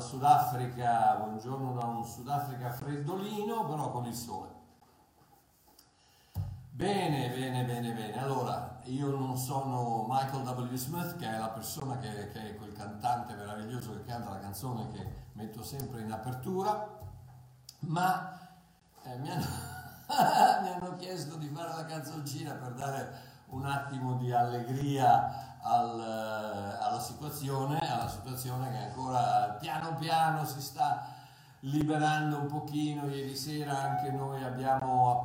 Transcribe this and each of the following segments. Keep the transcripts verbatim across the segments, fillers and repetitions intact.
Sudafrica, buongiorno da un Sudafrica freddolino, però con il sole. Bene, bene, bene, bene. Allora, io non sono Michael W. Smith, che è la persona che, che è quel cantante meraviglioso che canta la canzone che metto sempre in apertura, ma eh, mi, hanno, mi hanno chiesto di fare la canzoncina per dare un attimo di allegria al, alla situazione, alla situazione che ancora piano piano si sta liberando un pochino. Ieri sera anche noi abbiamo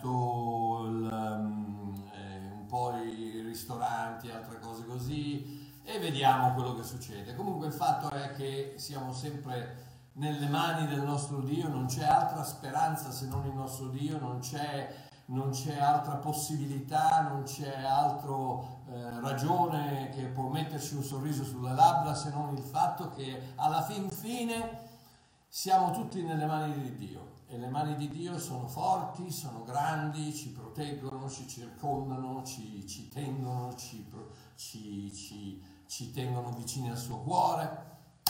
aperto il, um, eh, un po' i ristoranti, altre cose così, e vediamo quello che succede. Comunque il fatto è che siamo sempre nelle mani del nostro Dio, non c'è altra speranza se non il nostro Dio, non c'è non c'è altra possibilità, non c'è altra eh, ragione che può metterci un sorriso sulle labbra se non il fatto che alla fin fine siamo tutti nelle mani di Dio, e le mani di Dio sono forti, sono grandi, ci proteggono, ci circondano, ci, ci tengono, ci, ci, ci, ci tengono vicini al suo cuore,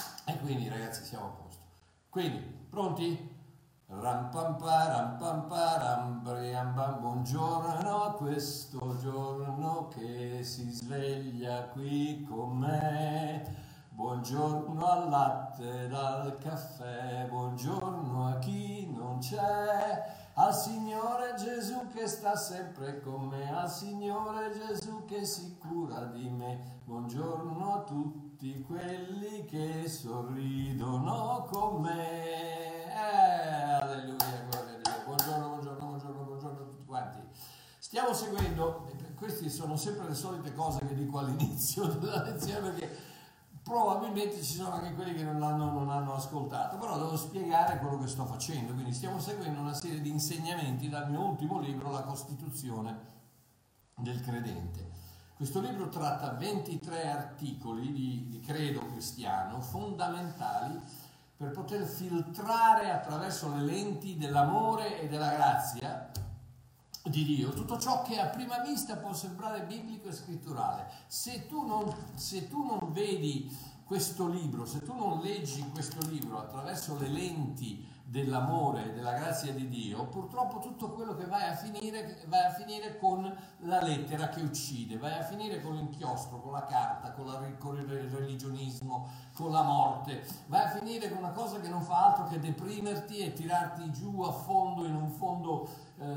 e quindi ragazzi siamo a posto. Quindi, pronti? Ram pam pa, ram pam pa, ram briam bam. Buongiorno a questo giorno che si sveglia qui con me. Buongiorno al latte dal caffè, buongiorno a chi non c'è, al Signore Gesù che sta sempre con me, al Signore Gesù che si cura di me. Buongiorno a tutti quelli che sorridono con me. Eh, alleluia, gloria a Dio. Buongiorno, buongiorno, buongiorno, buongiorno a tutti quanti. Stiamo seguendo, queste sono sempre le solite cose che dico all'inizio della lezione, perché probabilmente ci sono anche quelli che non hanno, non hanno ascoltato, però devo spiegare quello che sto facendo. Quindi stiamo seguendo una serie di insegnamenti dal mio ultimo libro, La Costituzione del Credente. Questo libro tratta ventitré articoli di, di credo cristiano fondamentali per poter filtrare attraverso le lenti dell'amore e della grazia di Dio tutto ciò che a prima vista può sembrare biblico e scritturale. Se tu non, se tu non vedi questo libro, se tu non leggi questo libro attraverso le lenti dell'amore e della grazia di Dio, purtroppo tutto quello che vai a finire, vai a finire con la lettera che uccide, vai a finire con l'inchiostro, con la carta, con, la, con il religionismo, con la morte, vai a finire con una cosa che non fa altro che deprimerti e tirarti giù a fondo, in un fondo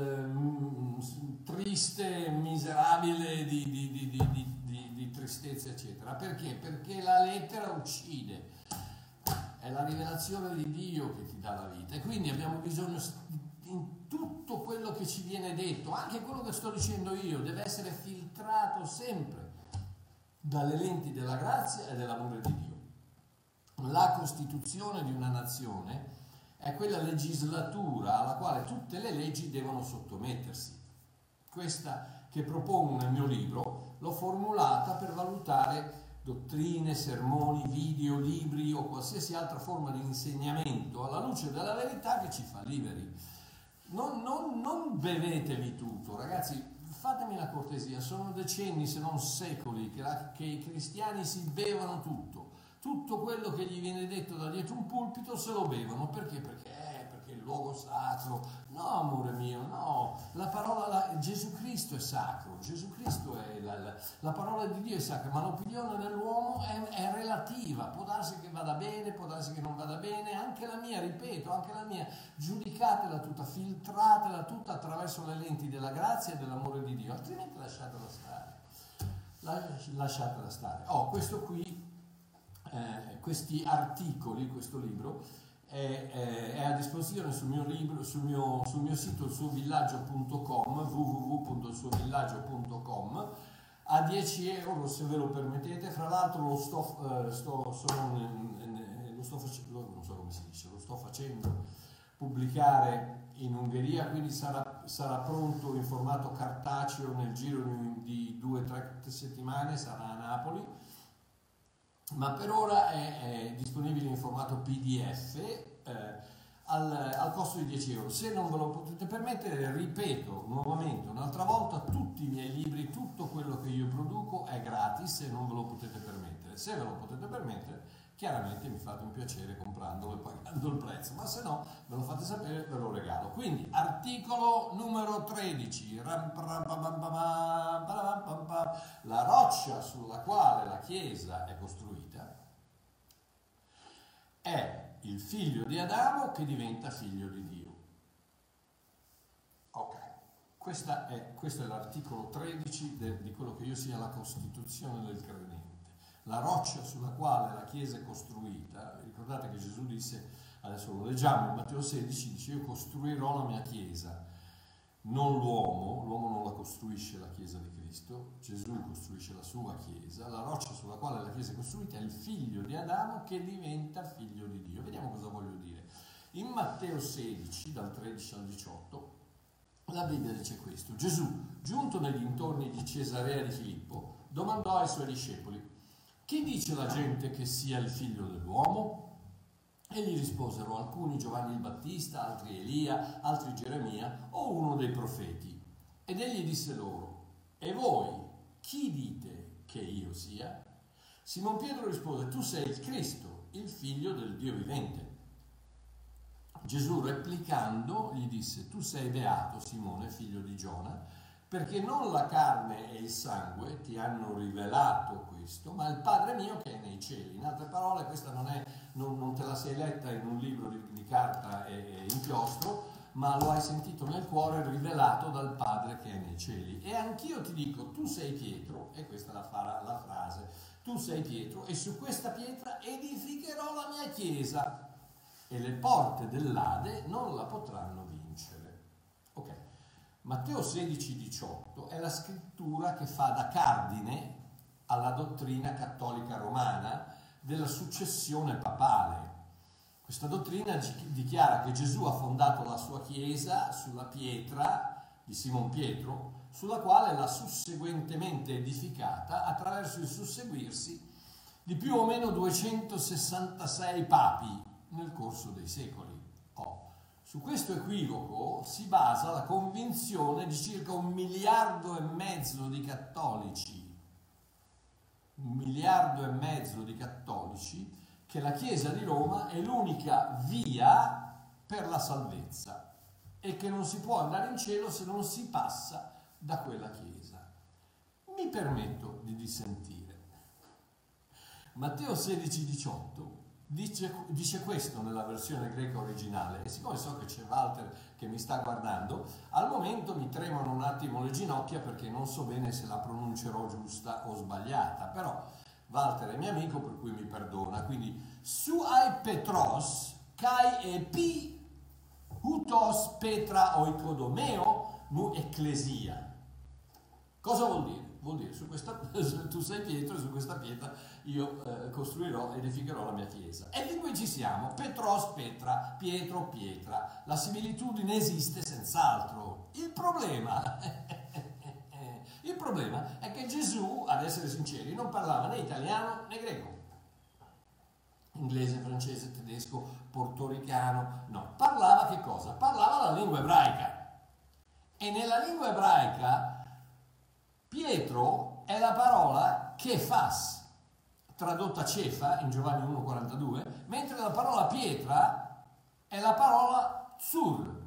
eh, triste, miserabile di, di, di, di, di, di, di tristezza, eccetera. Perché? Perché la lettera uccide. È la rivelazione di Dio che ti dà la vita, e quindi abbiamo bisogno in tutto quello che ci viene detto, anche quello che sto dicendo io, deve essere filtrato sempre dalle lenti della grazia e dell'amore di Dio. La costituzione di una nazione è quella legislatura alla quale tutte le leggi devono sottomettersi. Questa che propongo nel mio libro l'ho formulata per valutare dottrine, sermoni, video, libri o qualsiasi altra forma di insegnamento alla luce della verità che ci fa liberi. Non, non, non bevetevi tutto, ragazzi, fatemi la cortesia, sono decenni se non secoli che, la, che i cristiani si bevono tutto, tutto quello che gli viene detto da dietro un pulpito se lo bevono. Perché? Perché, eh, perché il luogo sacro. No, amore mio, no, la parola, la, Gesù Cristo è sacro, Gesù Cristo è la, la, la parola di Dio è sacra, ma l'opinione dell'uomo è, è relativa, può darsi che vada bene, può darsi che non vada bene, anche la mia, ripeto, anche la mia, giudicatela tutta, filtratela tutta attraverso le lenti della grazia e dell'amore di Dio, altrimenti lasciatela stare, la, lasciatela stare. Oh, questo qui, eh, questi articoli, questo libro, È, è, è a disposizione sul mio libro, sul mio, sul mio sito il suo villaggio punto com, w w w punto il suo villaggio punto com, a dieci euro se ve lo permettete. Fra l'altro lo sto, eh, sto, sono, eh, lo sto facendo, non so come si dice, lo sto facendo pubblicare in Ungheria, quindi sarà, sarà pronto in formato cartaceo nel giro di due o tre settimane, sarà a Napoli. Ma per ora è, è disponibile in formato P D F eh, al, al costo di dieci euro. Se non ve lo potete permettere, ripeto nuovamente un'altra volta, tutti i miei libri, tutto quello che io produco è gratis, se non ve lo potete permettere. Se ve lo potete permettere, chiaramente mi fate un piacere comprandolo e pagando il prezzo, ma se no me lo fate sapere, ve lo regalo. Quindi articolo numero tredici, la roccia sulla quale la Chiesa è costruita è il figlio di Adamo che diventa figlio di Dio. Ok, Questa è, questo è l'articolo tredici de, di quello che io sia la costituzione del credente. La roccia sulla quale la Chiesa è costruita, ricordate che Gesù disse, adesso lo leggiamo in Matteo sedici, dice io costruirò la mia Chiesa, non l'uomo, l'uomo non la costruisce la Chiesa di Cristo, Gesù costruisce la sua Chiesa, la roccia sulla quale la Chiesa è costruita è il figlio di Adamo che diventa figlio di Dio. Vediamo cosa voglio dire. In Matteo sedici, dal tredici al diciotto, la Bibbia dice questo: Gesù, giunto nei dintorni di Cesarea di Filippo, domandò ai suoi discepoli: chi dice la gente che sia il figlio dell'uomo? E gli risposero alcuni Giovanni il Battista, altri Elia, altri Geremia o uno dei profeti. Ed egli disse loro: e voi chi dite che io sia? Simon Pietro rispose: tu sei il Cristo, il figlio del Dio vivente. Gesù replicando gli disse: tu sei beato, Simone, figlio di Giona, perché non la carne e il sangue ti hanno rivelato questo, ma il Padre mio che è nei cieli. In altre parole, questa non, è, non, non te la sei letta in un libro di, di carta e, e inchiostro, ma lo hai sentito nel cuore rivelato dal Padre che è nei cieli. E anch'io ti dico, tu sei Pietro, e questa è la, la frase, tu sei Pietro, e su questa pietra edificherò la mia chiesa, e le porte dell'Ade non la potranno vincere. Ok. Matteo sedici diciotto è la scrittura che fa da cardine alla dottrina cattolica romana della successione papale. Questa dottrina dichiara che Gesù ha fondato la sua chiesa sulla pietra di Simon Pietro, sulla quale l'ha susseguentemente edificata attraverso il susseguirsi di più o meno duecentosessantasei papi nel corso dei secoli. Oh. Su questo equivoco si basa la convinzione di circa un miliardo e mezzo di cattolici, un miliardo e mezzo di cattolici, che la Chiesa di Roma è l'unica via per la salvezza e che non si può andare in cielo se non si passa da quella Chiesa. Mi permetto di dissentire. Matteo sedici diciotto Dice, dice questo nella versione greca originale, e siccome so che c'è Walter che mi sta guardando, al momento mi tremano un attimo le ginocchia perché non so bene se la pronuncerò giusta o sbagliata, però Walter è mio amico per cui mi perdona. Quindi su ai Petros kai epi hutos petra oikodomeo mu ecclesia. Cosa vuol dire? Vuol dire, su questa, tu sei Pietro e su questa pietra io eh, costruirò, edificherò la mia chiesa. E di qui ci siamo, Petros, Petra, Pietro, Pietra. La similitudine esiste senz'altro. Il problema, il problema è che Gesù, ad essere sinceri, non parlava né italiano né greco. Inglese, francese, tedesco, portoricano, no. Parlava che cosa? Parlava la lingua ebraica. E nella lingua ebraica Pietro è la parola Kefas, tradotta cefa in Giovanni uno quarantadue, mentre la parola pietra è la parola tsur.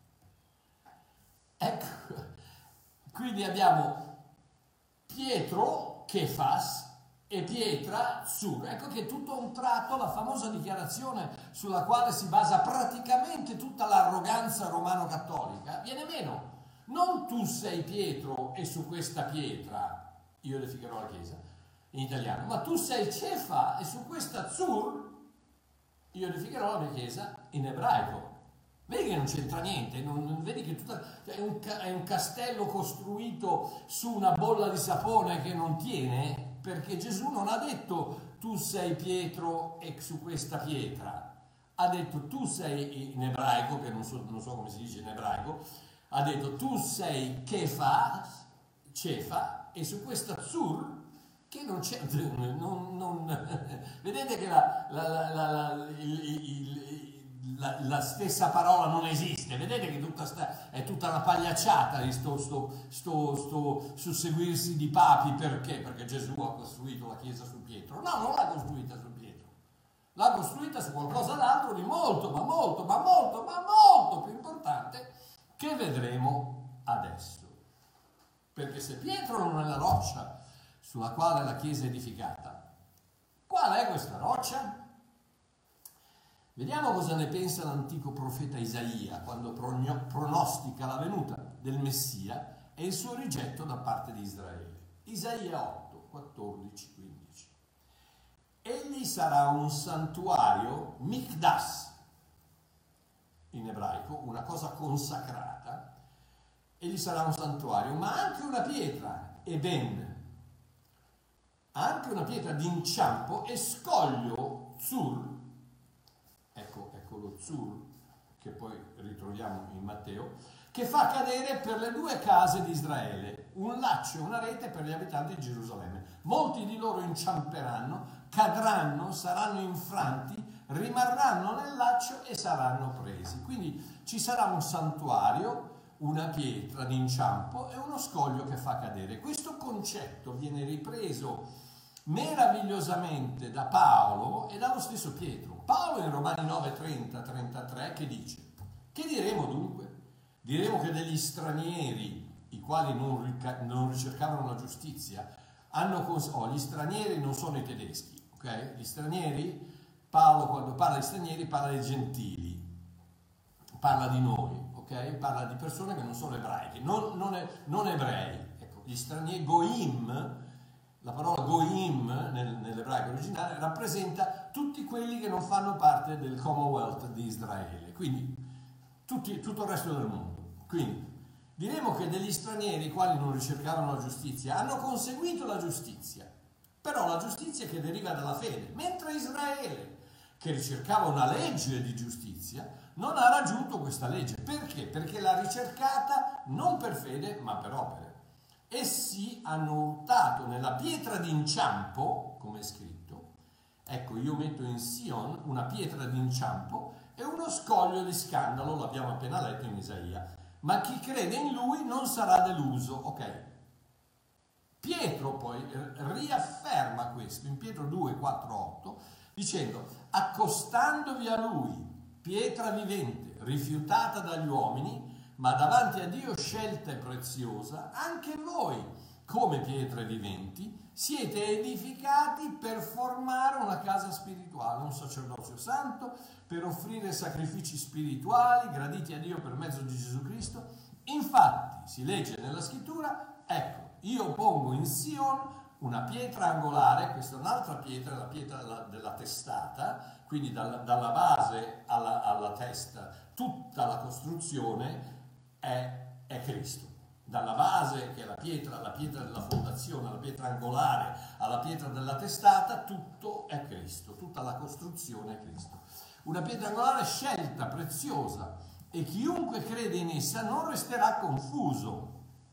Ecco, quindi abbiamo Pietro Kefas e pietra tsur. Ecco che tutto a un tratto la famosa dichiarazione sulla quale si basa praticamente tutta l'arroganza romano-cattolica viene meno. Non tu sei Pietro e su questa pietra io edificherò la chiesa, in italiano, ma tu sei Cefa e su questa Zur io edificherò la mia chiesa, in ebraico. Vedi che non c'entra niente, non, non vedi che tutta, è, un, è un castello costruito su una bolla di sapone che non tiene, perché Gesù non ha detto tu sei Pietro e su questa pietra, ha detto tu sei, in ebraico, che non so, non so come si dice in ebraico, ha detto tu sei Kefa, Cefa, e su questa Zur che non c'è, non, non, vedete che la, la, la, la, il, il, la, la stessa parola non esiste, vedete che tutta sta, è tutta una pagliacciata di sto, sto, sto, sto susseguirsi di papi. Perché? Perché Gesù ha costruito la chiesa su Pietro? No, non l'ha costruita su Pietro, l'ha costruita su qualcosa d'altro di molto, ma molto, ma molto, ma molto più importante, che vedremo adesso. Perché se Pietro non è la roccia sulla quale la Chiesa è edificata, qual è questa roccia? Vediamo cosa ne pensa l'antico profeta Isaia quando pronostica la venuta del Messia e il suo rigetto da parte di Israele. Isaia otto, quattordici, quindici. Egli sarà un santuario, mikdash in ebraico, una cosa consacrata. Egli sarà un santuario, ma anche una pietra, eben, anche una pietra d'inciampo e scoglio, zur. Ecco, ecco lo zur, che poi ritroviamo in Matteo, che fa cadere per le due case di Israele un laccio e una rete per gli abitanti di Gerusalemme. Molti di loro inciamperanno, cadranno, saranno infranti, rimarranno nel laccio e saranno presi. Quindi ci sarà un santuario, una pietra d'inciampo e uno scoglio che fa cadere. Questo concetto viene ripreso meravigliosamente da Paolo e dallo stesso Pietro. Paolo in Romani nove, trenta, trentatré che dice: che diremo dunque? Diremo che degli stranieri, i quali non, rica- non ricercavano la giustizia, hanno cons- oh, gli stranieri non sono i tedeschi, ok? Gli stranieri, Paolo quando parla di stranieri parla dei gentili, parla di noi, ok? Parla di persone che non sono ebraiche, non, non, è, non ebrei. Ecco, gli stranieri, goim, la parola goim nel, nell'ebraico originale rappresenta tutti quelli che non fanno parte del Commonwealth di Israele, quindi tutti, tutto il resto del mondo. Quindi diremo che degli stranieri, i quali non ricercavano la giustizia, hanno conseguito la giustizia, però la giustizia che deriva dalla fede, mentre Israele, che ricercava una legge di giustizia, non ha raggiunto questa legge. Perché? Perché l'ha ricercata non per fede, ma per opere. Essi hanno urtato nella pietra d'inciampo, come è scritto, ecco, io metto in Sion una pietra d'inciampo e uno scoglio di scandalo, l'abbiamo appena letto in Isaia, ma chi crede in lui non sarà deluso. Ok. Pietro poi riafferma questo in Pietro due, quattro, otto, dicendo: accostandovi a lui, pietra vivente, rifiutata dagli uomini, ma davanti a Dio scelta e preziosa, anche voi, come pietre viventi, siete edificati per formare una casa spirituale, un sacerdozio santo, per offrire sacrifici spirituali graditi a Dio per mezzo di Gesù Cristo. Infatti, si legge nella scrittura, ecco, io pongo in Sion una pietra angolare, questa è un'altra pietra, la pietra della, della testata, quindi dalla, dalla base alla, alla testa, tutta la costruzione è, è Cristo. Dalla base, che è la pietra, la pietra della fondazione, la pietra angolare, alla pietra della testata, tutto è Cristo, tutta la costruzione è Cristo. Una pietra angolare scelta, preziosa, e chiunque crede in essa non resterà confuso.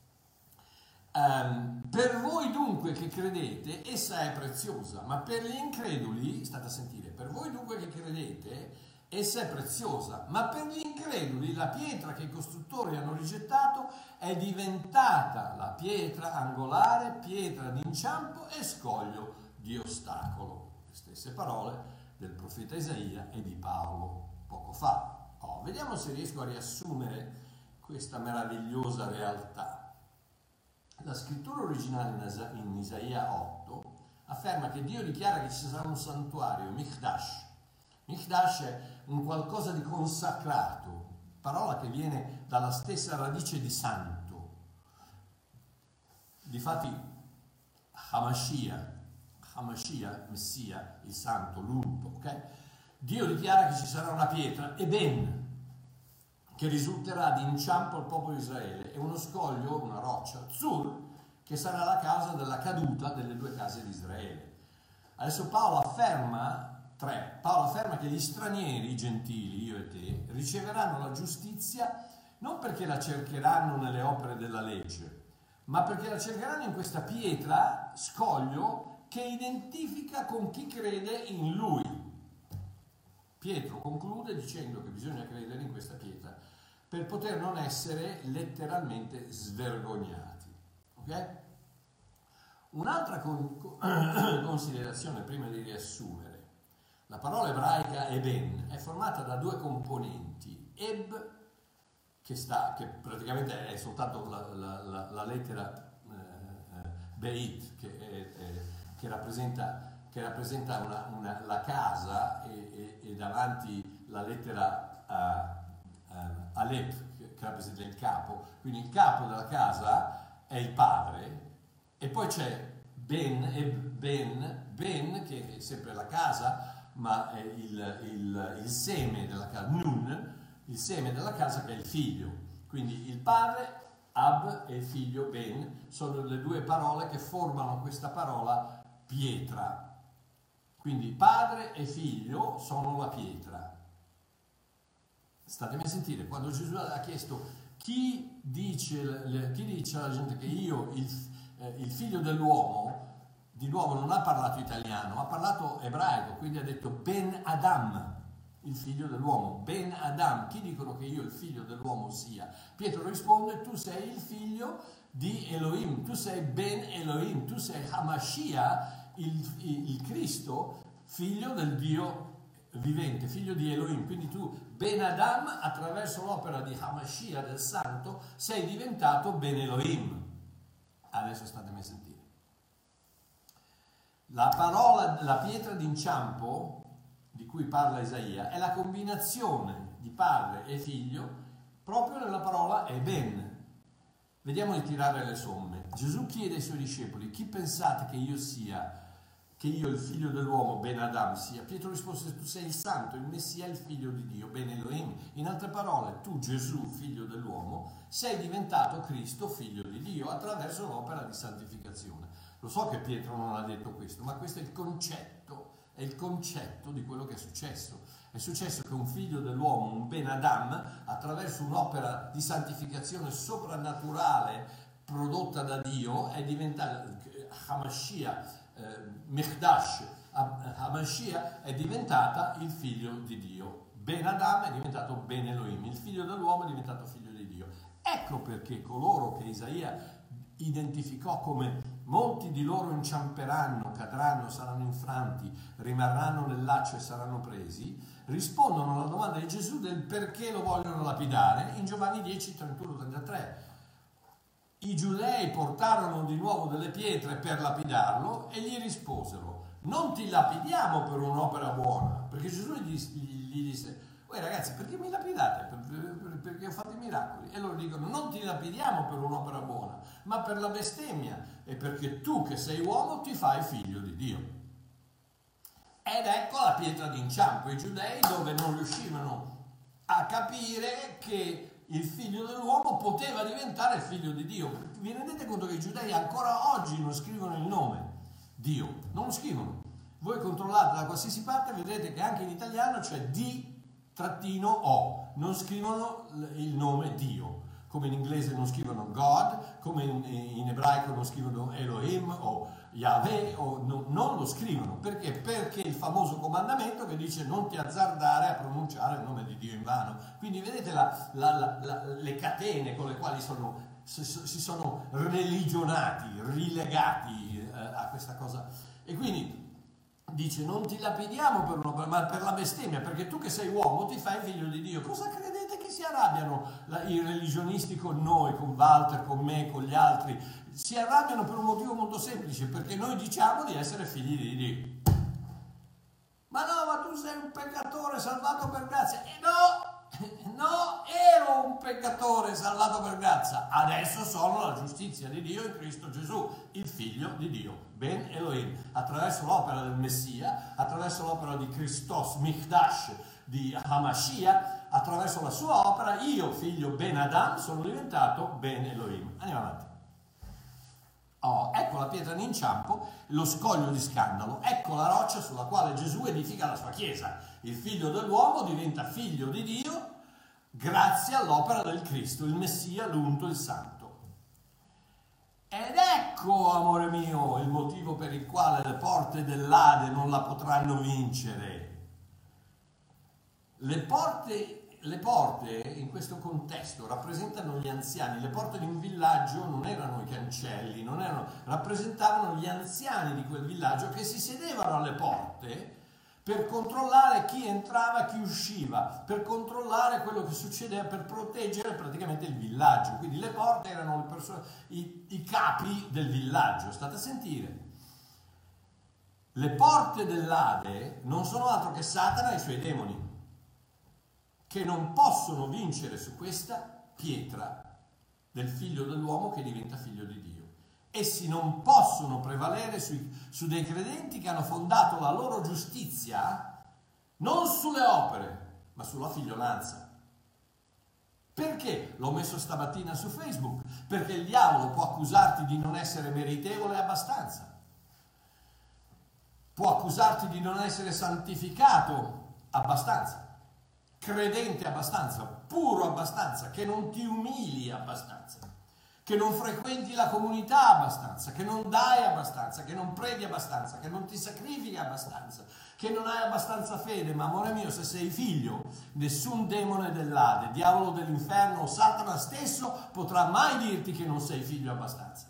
Um, per voi dunque che credete, essa è preziosa, ma per gli increduli, state a sentire, per voi dunque che credete, essa è preziosa, ma per gli increduli la pietra che i costruttori hanno rigettato è diventata la pietra angolare, pietra d'inciampo e scoglio di ostacolo. Le stesse parole del profeta Isaia e di Paolo poco fa. Oh, vediamo se riesco a riassumere questa meravigliosa realtà. La scrittura originale in Isaia otto afferma che Dio dichiara che ci sarà un santuario, mikdash. Mikdash è un qualcosa di consacrato, parola che viene dalla stessa radice di santo. Difatti Hamashiach, Hamashiach, Messia, il santo, l'unto, ok? Dio dichiara che ci sarà una pietra, eben, che risulterà di inciampo al popolo di Israele, e uno scoglio, una roccia, zur, che sarà la causa della caduta delle due case di Israele. Adesso Paolo afferma, tre, Paolo afferma che gli stranieri, i gentili, io e te, riceveranno la giustizia non perché la cercheranno nelle opere della legge, ma perché la cercheranno in questa pietra, scoglio, che identifica con chi crede in lui. Pietro conclude dicendo che bisogna credere in questa pietra per poter non essere letteralmente svergognati. Ok? Un'altra con- considerazione prima di riassumere. La parola ebraica eben è formata da due componenti, eb, che, sta, che praticamente è soltanto la, la, la, la lettera eh, beit, che, è, è, che rappresenta, che rappresenta una, una, la casa, e, e, e davanti la lettera uh, uh, alep, che, che rappresenta il capo. Quindi il capo della casa è il padre, e poi c'è ben, eb, ben, ben, che è sempre la casa, ma è il, il, il seme della casa, nun, il seme della casa, che è il figlio. Quindi il padre, ab, e il figlio, ben, sono le due parole che formano questa parola pietra. Quindi padre e figlio sono la pietra. Statemi a sentire, quando Gesù ha chiesto chi dice, chi dice alla gente che io, il, eh, il figlio dell'uomo, di nuovo non ha parlato italiano, ha parlato ebraico, quindi ha detto Ben Adam, il figlio dell'uomo. Ben Adam, chi dicono che io il figlio dell'uomo sia? Pietro risponde: tu sei il figlio di Elohim, tu sei Ben Elohim, tu sei Hamashiach, il, il, il Cristo, figlio del Dio vivente, figlio di Elohim. Quindi tu, Ben Adam, attraverso l'opera di Hamashiach, del Santo, sei diventato Ben Elohim. Adesso statemi a sentire. La parola, la pietra d'inciampo di cui parla Isaia, è la combinazione di padre e figlio proprio nella parola eben. Vediamo di tirare le somme. Gesù chiede ai suoi discepoli: chi pensate che io sia, che io il figlio dell'uomo, Ben Adam, sia? Pietro rispose: tu sei il santo, il Messia, il figlio di Dio, Ben Elohim. In altre parole, tu, Gesù, figlio dell'uomo, sei diventato Cristo, figlio di Dio, attraverso l'opera di santificazione. Lo so che Pietro non ha detto questo, ma questo è il concetto, è il concetto di quello che è successo. È successo che un figlio dell'uomo, un Ben Adam, attraverso un'opera di santificazione soprannaturale prodotta da Dio, è diventato Hamashiach, eh, Mechdash, Hamashiach è diventata il figlio di Dio. Ben Adam è diventato Ben Elohim, il figlio dell'uomo è diventato figlio di Dio. Ecco perché coloro che Isaia identificò come molti di loro inciamperanno, cadranno, saranno infranti, rimarranno nel laccio e saranno presi, rispondono alla domanda di Gesù del perché lo vogliono lapidare in Giovanni dieci, trentuno, trentatré. I giudei portarono di nuovo delle pietre per lapidarlo e gli risposero: non ti lapidiamo per un'opera buona, perché Gesù gli, gli disse: voi ragazzi, perché mi lapidate? Perché ho fatto i miracoli. E loro dicono: non ti lapidiamo per un'opera buona, ma per la bestemmia, e perché tu che sei uomo ti fai figlio di Dio. Ed ecco la pietra d'inciampo, i giudei, dove non riuscivano a capire che il figlio dell'uomo poteva diventare il figlio di Dio. Vi rendete conto che i giudei ancora oggi non scrivono il nome Dio? Non lo scrivono. Voi controllate da qualsiasi parte, vedrete che anche in italiano c'è di trattino o, non scrivono il nome Dio, come in inglese non scrivono God, come in, in ebraico non scrivono Elohim o Yahweh, o no, non lo scrivono. Perché? Perché il famoso comandamento che dice: non ti azzardare a pronunciare il nome di Dio in vano. Quindi vedete la, la, la, la, le catene con le quali sono, si, si sono religionati, rilegati eh, a questa cosa. E quindi dice: non ti lapidiamo per un'opera, ma per la bestemmia, perché tu che sei uomo ti fai figlio di Dio. Cosa credete che si arrabbiano la, i religionisti con noi, con Walter, con me, con gli altri? Si arrabbiano per un motivo molto semplice: perché noi diciamo di essere figli di Dio. Ma no, ma tu sei un peccatore salvato per grazia. E no, no, ero un peccatore salvato per grazia. Adesso sono la giustizia di Dio in Cristo Gesù, il figlio di Dio. Ben Elohim, attraverso l'opera del Messia, attraverso l'opera di Christos, Mikdash, di Hamashiach, attraverso la sua opera, io, figlio Ben Adam, sono diventato Ben Elohim. Andiamo avanti. Oh, ecco la pietra d'inciampo, lo scoglio di scandalo, ecco la roccia sulla quale Gesù edifica la sua chiesa. Il figlio dell'uomo diventa figlio di Dio grazie all'opera del Cristo, il Messia, l'unto, il Santo. Ed ecco, amore mio, il motivo per il quale le porte dell'Ade non la potranno vincere. Le porte, le porte in questo contesto rappresentano gli anziani. Le porte di un villaggio non erano i cancelli, non erano, rappresentavano gli anziani di quel villaggio che si sedevano alle porte per controllare chi entrava e chi usciva, per controllare quello che succedeva, per proteggere praticamente il villaggio. Quindi le porte erano le persone, i, i capi del villaggio. State a sentire. Le porte dell'Ade non sono altro che Satana e i suoi demoni, che non possono vincere su questa pietra del figlio dell'uomo che diventa figlio di Dio. Essi non possono prevalere sui, su dei credenti che hanno fondato la loro giustizia non sulle opere, ma sulla figliolanza. Perché? L'ho messo stamattina su Facebook, perché il diavolo può accusarti di non essere meritevole abbastanza, può accusarti di non essere santificato abbastanza, credente abbastanza, puro abbastanza, che non ti umili abbastanza, che non frequenti la comunità abbastanza, che non dai abbastanza, che non preghi abbastanza, che non ti sacrifichi abbastanza, che non hai abbastanza fede. Ma amore mio, se sei figlio, nessun demone dell'Ade, diavolo dell'inferno o Satana stesso potrà mai dirti che non sei figlio abbastanza.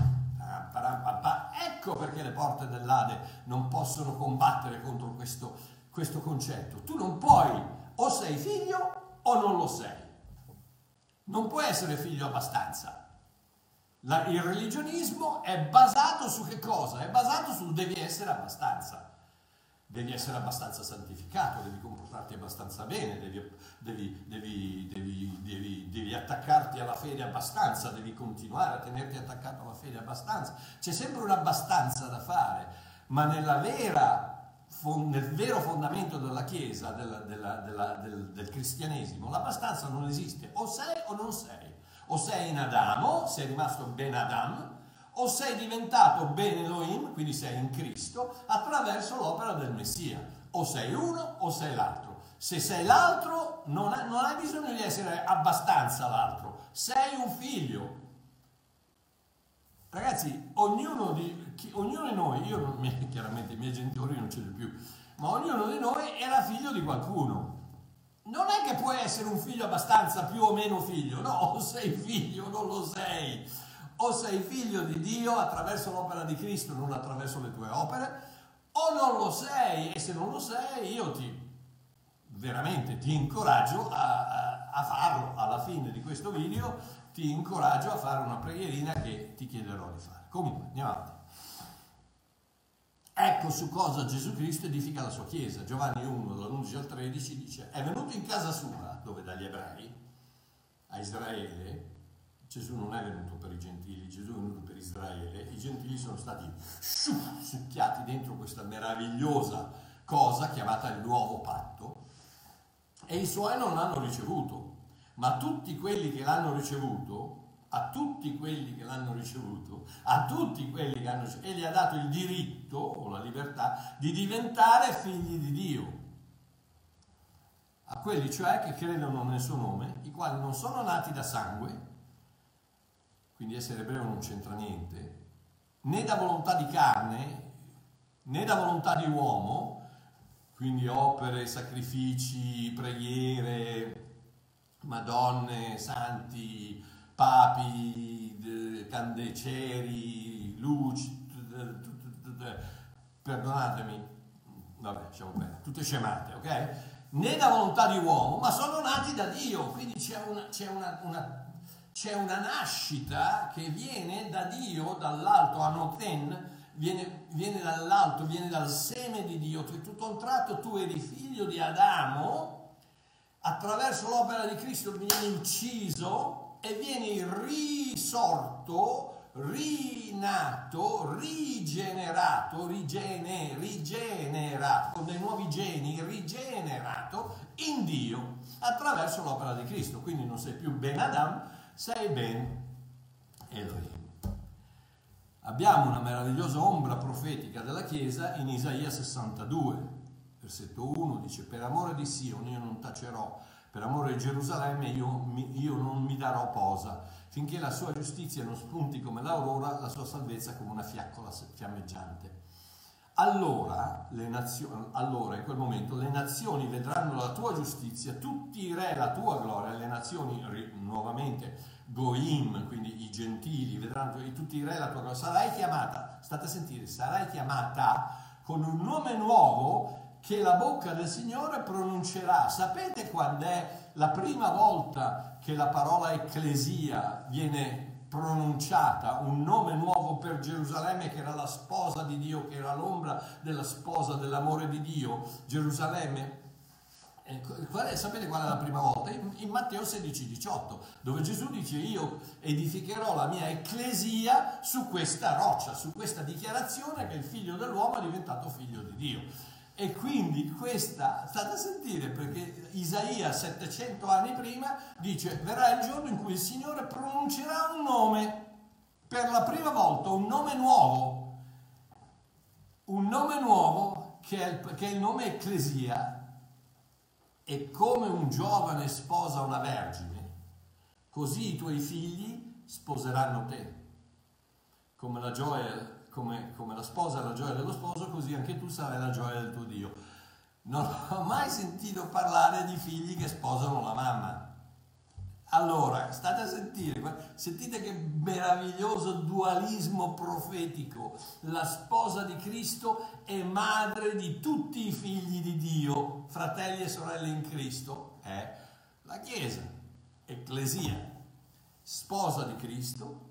Ecco perché le porte dell'Ade non possono combattere contro questo, questo concetto. Tu non puoi, o sei figlio o non lo sei. Non puoi essere figlio abbastanza. La, il religionismo è basato su che cosa? È basato sul devi essere abbastanza. Devi essere abbastanza santificato, devi comportarti abbastanza bene, devi, devi, devi, devi, devi, devi attaccarti alla fede abbastanza, devi continuare a tenerti attaccato alla fede abbastanza. C'è sempre un'abbastanza da fare, ma nella vera, nel vero fondamento della Chiesa, della, della, della, del, del cristianesimo, l'abbastanza non esiste. O sei o non sei. O sei in Adamo, sei rimasto Ben Adam, o sei diventato Ben Elohim, quindi sei in Cristo, attraverso l'opera del Messia. O sei uno o sei l'altro. Se sei l'altro, non, ha, non hai bisogno di essere abbastanza l'altro. Sei un figlio. Ragazzi, ognuno di, chi, ognuno di noi, io non, chiaramente i miei genitori non ce li ho più, ma ognuno di noi era figlio di qualcuno. Non è che puoi essere un figlio abbastanza, più o meno figlio, no, o sei figlio o non lo sei. O sei figlio di Dio attraverso l'opera di Cristo, non attraverso le tue opere, o non lo sei, e se non lo sei io ti veramente ti incoraggio a, a, a farlo. Alla fine di questo video ti incoraggio a fare una preghierina che ti chiederò di fare. Comunque, andiamo avanti. Ecco su cosa Gesù Cristo edifica la sua Chiesa. Giovanni uno, dall'undici al tredici dice: è venuto in casa sua, dove dagli ebrei, a Israele. Gesù non è venuto per i gentili, Gesù è venuto per Israele. I gentili sono stati succhiati dentro questa meravigliosa cosa chiamata il nuovo patto, e i suoi non l'hanno ricevuto. Ma tutti quelli che l'hanno ricevuto, a tutti quelli che l'hanno ricevuto, a tutti quelli che hanno ricevuto, e gli ha dato il diritto o la libertà di diventare figli di Dio. A quelli cioè che credono nel suo nome, i quali non sono nati da sangue, quindi essere ebreo non c'entra niente, né da volontà di carne, né da volontà di uomo, quindi opere, sacrifici, preghiere, madonne, santi, papi, candeceri, luci, perdonatemi, vabbè, diciamo bene, tutte scemate, ok? Né da volontà di uomo, ma sono nati da Dio, quindi c'è una, c'è una, una C'è una nascita che viene da Dio, dall'alto, Anoten, viene, viene dall'alto, viene dal seme di Dio. Tu, tutto a un tratto tu eri figlio di Adamo, attraverso l'opera di Cristo vieni ucciso e vieni risorto, rinato, rigenerato, rigene, rigenerato, con dei nuovi geni, rigenerato in Dio, attraverso l'opera di Cristo. Quindi non sei più Ben Adam, sei Ben Elohim. Abbiamo una meravigliosa ombra profetica della Chiesa in Isaia sessantadue, versetto uno, dice: per amore di Sion io non tacerò, per amore di Gerusalemme io, io non mi darò posa, finché la sua giustizia non spunti come l'aurora, la sua salvezza come una fiaccola fiammeggiante. Allora, le nazioni, allora in quel momento le nazioni vedranno la tua giustizia, tutti i re la tua gloria, le nazioni nuovamente Goim, quindi i gentili, vedranno tutti i re la tua gloria. Sarai chiamata, state a sentire, sarai chiamata con un nome nuovo che la bocca del Signore pronuncerà. Sapete quando è la prima volta che la parola ecclesia viene pronunciata, un nome nuovo per Gerusalemme, che era la sposa di Dio, che era l'ombra della sposa dell'amore di Dio, Gerusalemme? Qual è, sapete qual è la prima volta? In, in Matteo sedici diciotto, dove Gesù dice: io edificherò la mia ecclesia su questa roccia, su questa dichiarazione che il figlio dell'uomo è diventato figlio di Dio. E quindi questa, state a sentire, perché Isaia settecento anni prima dice: verrà il giorno in cui il Signore pronuncerà un nome per la prima volta, un nome nuovo, un nome nuovo che è il, che è il nome ecclesia. E come un giovane sposa una vergine, così i tuoi figli sposeranno te. Come la gioia, come, come la sposa è la gioia dello sposo, così anche tu sarai la gioia del tuo Dio. Non ho mai sentito parlare di figli che sposano la mamma. Allora, state a sentire, sentite che meraviglioso dualismo profetico. La sposa di Cristo è madre di tutti i figli di Dio, fratelli e sorelle in Cristo, è la Chiesa, ecclesia, sposa di Cristo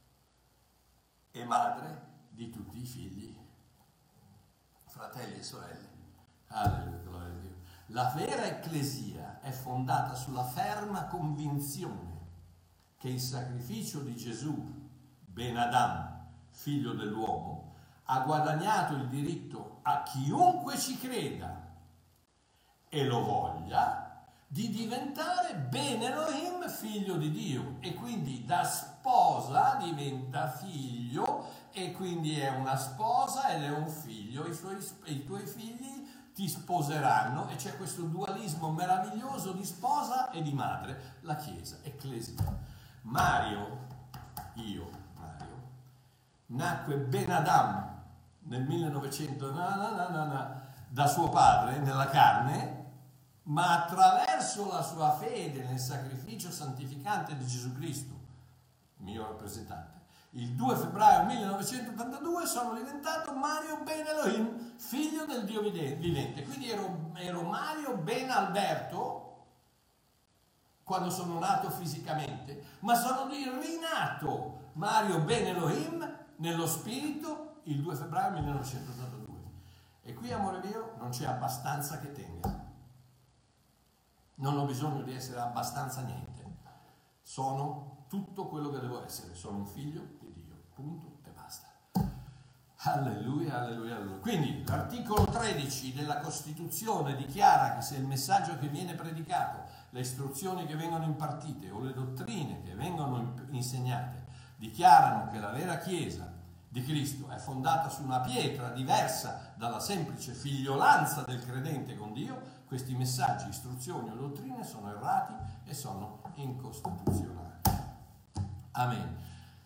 e madre di tutti i figli, fratelli e sorelle. Alleluia, gloria a Dio. La vera ecclesia è fondata sulla ferma convinzione che il sacrificio di Gesù, Ben Adam, figlio dell'uomo, ha guadagnato il diritto a chiunque ci creda e lo voglia di diventare Ben Elohim, figlio di Dio, e quindi da sposa diventa figlio, e quindi è una sposa ed è un figlio. I, suoi, i tuoi figli ti sposeranno, e c'è questo dualismo meraviglioso di sposa e di madre, la Chiesa, ecclesia. Mario, io, Mario, nacque Ben Adam nel millenovecento na, na, na, na, na, da suo padre nella carne, ma attraverso la sua fede nel sacrificio santificante di Gesù Cristo, mio rappresentante. Il due febbraio millenovecentottantadue sono diventato Mario Ben Elohim, figlio del Dio vivente. Quindi ero, ero Mario Ben Alberto quando sono nato fisicamente, ma sono rinato Mario Ben Elohim nello spirito il due febbraio millenovecentottantadue. E qui, amore mio, non c'è abbastanza che tenga. Non ho bisogno di essere abbastanza niente. Sono tutto quello che devo essere. Sono un figlio di Dio. Punto e basta. Alleluia, alleluia, alleluia. Quindi l'articolo tredici della Costituzione dichiara che se il messaggio che viene predicato, le istruzioni che vengono impartite o le dottrine che vengono insegnate dichiarano che la vera Chiesa di Cristo è fondata su una pietra diversa dalla semplice figliolanza del credente con Dio, questi messaggi, istruzioni o dottrine sono errati e sono incostituzionali. Amen.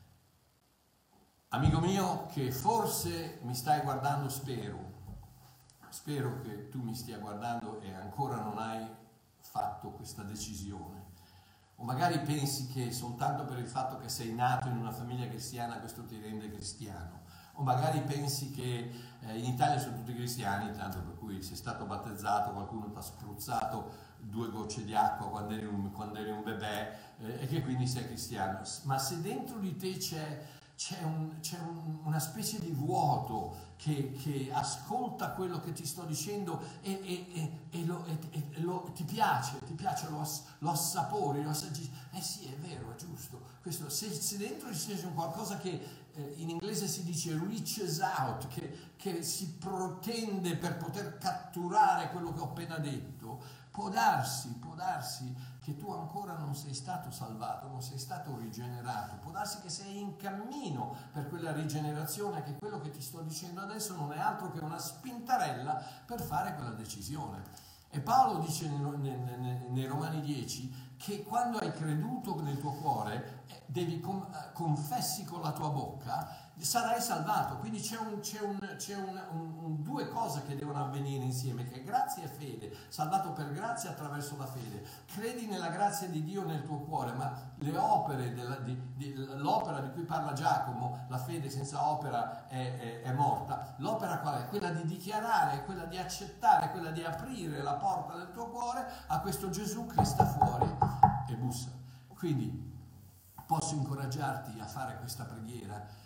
Amico mio, che forse mi stai guardando, spero, spero che tu mi stia guardando e ancora non hai fatto questa decisione. O magari pensi che soltanto per il fatto che sei nato in una famiglia cristiana questo ti rende cristiano. O magari pensi che eh, in Italia sono tutti cristiani, tanto per cui sei stato battezzato, qualcuno ti ha spruzzato due gocce di acqua quando eri un, quando eri un bebè eh, e che quindi sei cristiano. Ma se dentro di te c'è, c'è, un, c'è un, una specie di vuoto che, che ascolta quello che ti sto dicendo e, e, e, e, lo, e, e lo, ti piace, ti piace, lo, lo assapori, lo assaggi, eh sì, è vero, è giusto. Questo, se, se dentro c'è un qualcosa che eh, in inglese si dice reaches out, che, che si protende per poter catturare quello che ho appena detto, può darsi, può darsi che tu ancora non sei stato salvato, non sei stato rigenerato, può darsi che sei in cammino per quella rigenerazione, che quello che ti sto dicendo adesso non è altro che una spintarella per fare quella decisione. E Paolo dice nei, nei, nei Romani dieci che quando hai creduto nel tuo cuore, devi confessi con la tua bocca sarai salvato. Quindi c'è, un, c'è, un, c'è un, un, un, due cose che devono avvenire insieme, che è grazia e fede. Salvato per grazia attraverso la fede. Credi nella grazia di Dio nel tuo cuore, ma le opere della, di, di, l'opera di cui parla Giacomo, la fede senza opera è, è, è morta. L'opera qual è? Quella di dichiarare, quella di accettare, quella di aprire la porta del tuo cuore a questo Gesù che sta fuori e bussa. Quindi posso incoraggiarti a fare questa preghiera.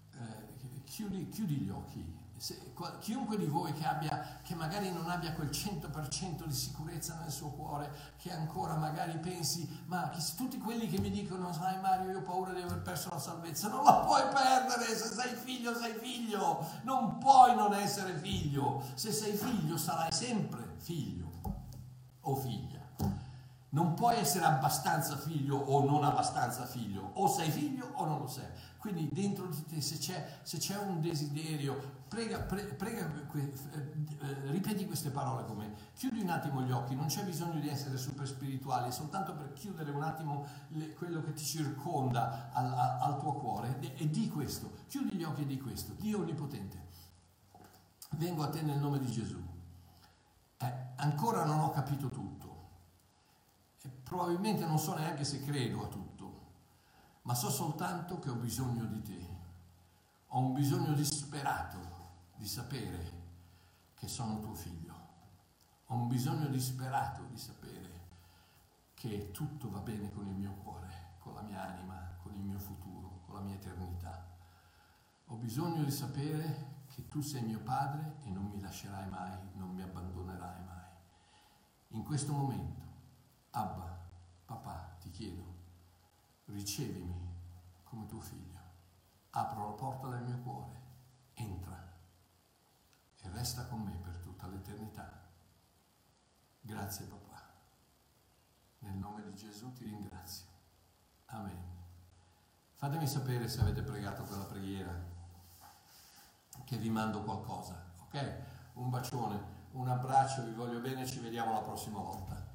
Eh, chiudi, chiudi gli occhi. Se, chiunque di voi che abbia, che magari non abbia quel cento per cento di sicurezza nel suo cuore, che ancora magari pensi, ma chi, tutti quelli che mi dicono, sai Mario, io ho paura di aver perso la salvezza, non la puoi perdere. Se sei figlio, sei figlio, non puoi non essere figlio. Se sei figlio sarai sempre figlio o figlia. Non puoi essere abbastanza figlio o non abbastanza figlio, o sei figlio o non lo sei. Quindi dentro di te, se c'è, se c'è un desiderio, prega, pre, prega eh, ripeti queste parole come: chiudi un attimo gli occhi, non c'è bisogno di essere super spirituali, è soltanto per chiudere un attimo le, quello che ti circonda al, al, al tuo cuore, e, e di questo, chiudi gli occhi e di questo: Dio Onnipotente, vengo a te nel nome di Gesù. Eh, ancora non ho capito tutto. Probabilmente non so neanche se credo a tutto, ma so soltanto che ho bisogno di te. Ho un bisogno disperato di sapere che sono tuo figlio. Ho un bisogno disperato di sapere che tutto va bene con il mio cuore, con la mia anima, con il mio futuro, con la mia eternità. Ho bisogno di sapere che tu sei mio padre e non mi lascerai mai, non mi abbandonerai mai. In questo momento, Abba, papà, ti chiedo, ricevimi come tuo figlio. Apro la porta del mio cuore, entra e resta con me per tutta l'eternità. Grazie papà. Nel nome di Gesù ti ringrazio. Amen. Fatemi sapere se avete pregato quella preghiera, che vi mando qualcosa, ok? Un bacione, un abbraccio, vi voglio bene, ci vediamo la prossima volta.